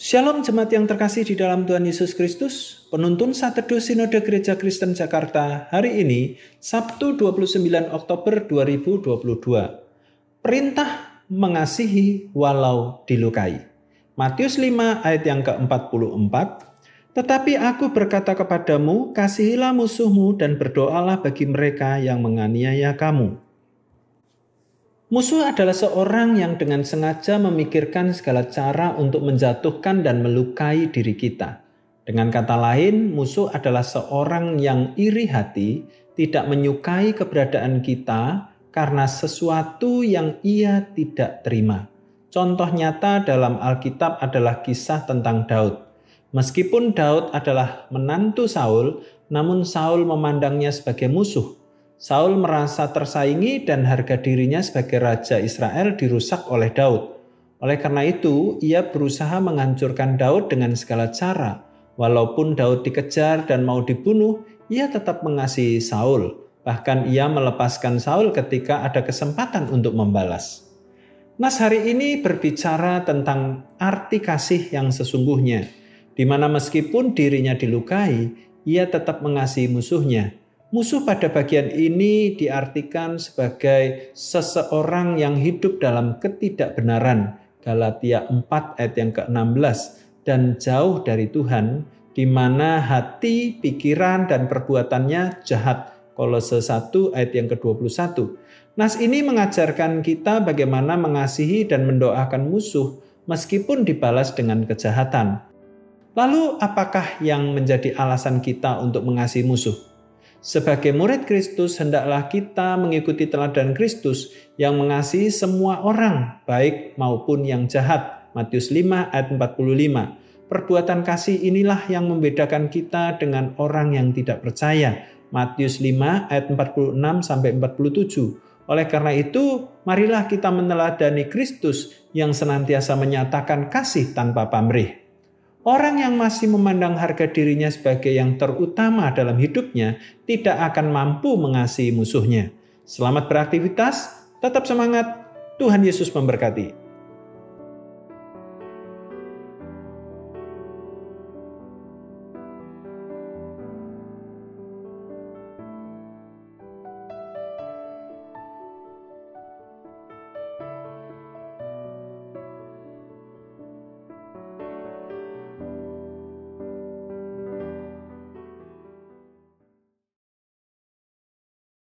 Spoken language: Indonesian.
Shalom jemaat yang terkasih di dalam Tuhan Yesus Kristus. Penuntun Saat Teduh Sinode Gereja Kristen Jakarta hari ini, Sabtu 29 Oktober 2022. Perintah mengasihi walau dilukai. Matius 5 ayat yang ke-44. Tetapi aku berkata kepadamu, kasihilah musuhmu dan berdoalah bagi mereka yang menganiaya kamu. Musuh adalah seorang yang dengan sengaja memikirkan segala cara untuk menjatuhkan dan melukai diri kita. Dengan kata lain, musuh adalah seorang yang iri hati, tidak menyukai keberadaan kita karena sesuatu yang ia tidak terima. Contoh nyata dalam Alkitab adalah kisah tentang Daud. Meskipun Daud adalah menantu Saul, namun Saul memandangnya sebagai musuh. Saul merasa tersaingi dan harga dirinya sebagai raja Israel dirusak oleh Daud. Oleh karena itu, ia berusaha menghancurkan Daud dengan segala cara. Walaupun Daud dikejar dan mau dibunuh, ia tetap mengasihi Saul. Bahkan ia melepaskan Saul ketika ada kesempatan untuk membalas. Nas hari ini berbicara tentang arti kasih yang sesungguhnya, di mana meskipun dirinya dilukai, ia tetap mengasihi musuhnya. Musuh pada bagian ini diartikan sebagai seseorang yang hidup dalam ketidakbenaran, Galatia 4 ayat yang ke-16, dan jauh dari Tuhan, di mana hati, pikiran, dan perbuatannya jahat, Kolose 1 ayat yang ke-21. Nas ini mengajarkan kita bagaimana mengasihi dan mendoakan musuh meskipun dibalas dengan kejahatan. Lalu apakah yang menjadi alasan kita untuk mengasihi musuh? Sebagai murid Kristus, hendaklah kita mengikuti teladan Kristus yang mengasihi semua orang, baik maupun yang jahat. Matius 5 ayat 45. Perbuatan kasih inilah yang membedakan kita dengan orang yang tidak percaya. Matius 5 ayat 46-47. Oleh karena itu, marilah kita meneladani Kristus yang senantiasa menyatakan kasih tanpa pamrih. Orang yang masih memandang harga dirinya sebagai yang terutama dalam hidupnya tidak akan mampu mengasihi musuhnya. Selamat beraktivitas, tetap semangat, Tuhan Yesus memberkati.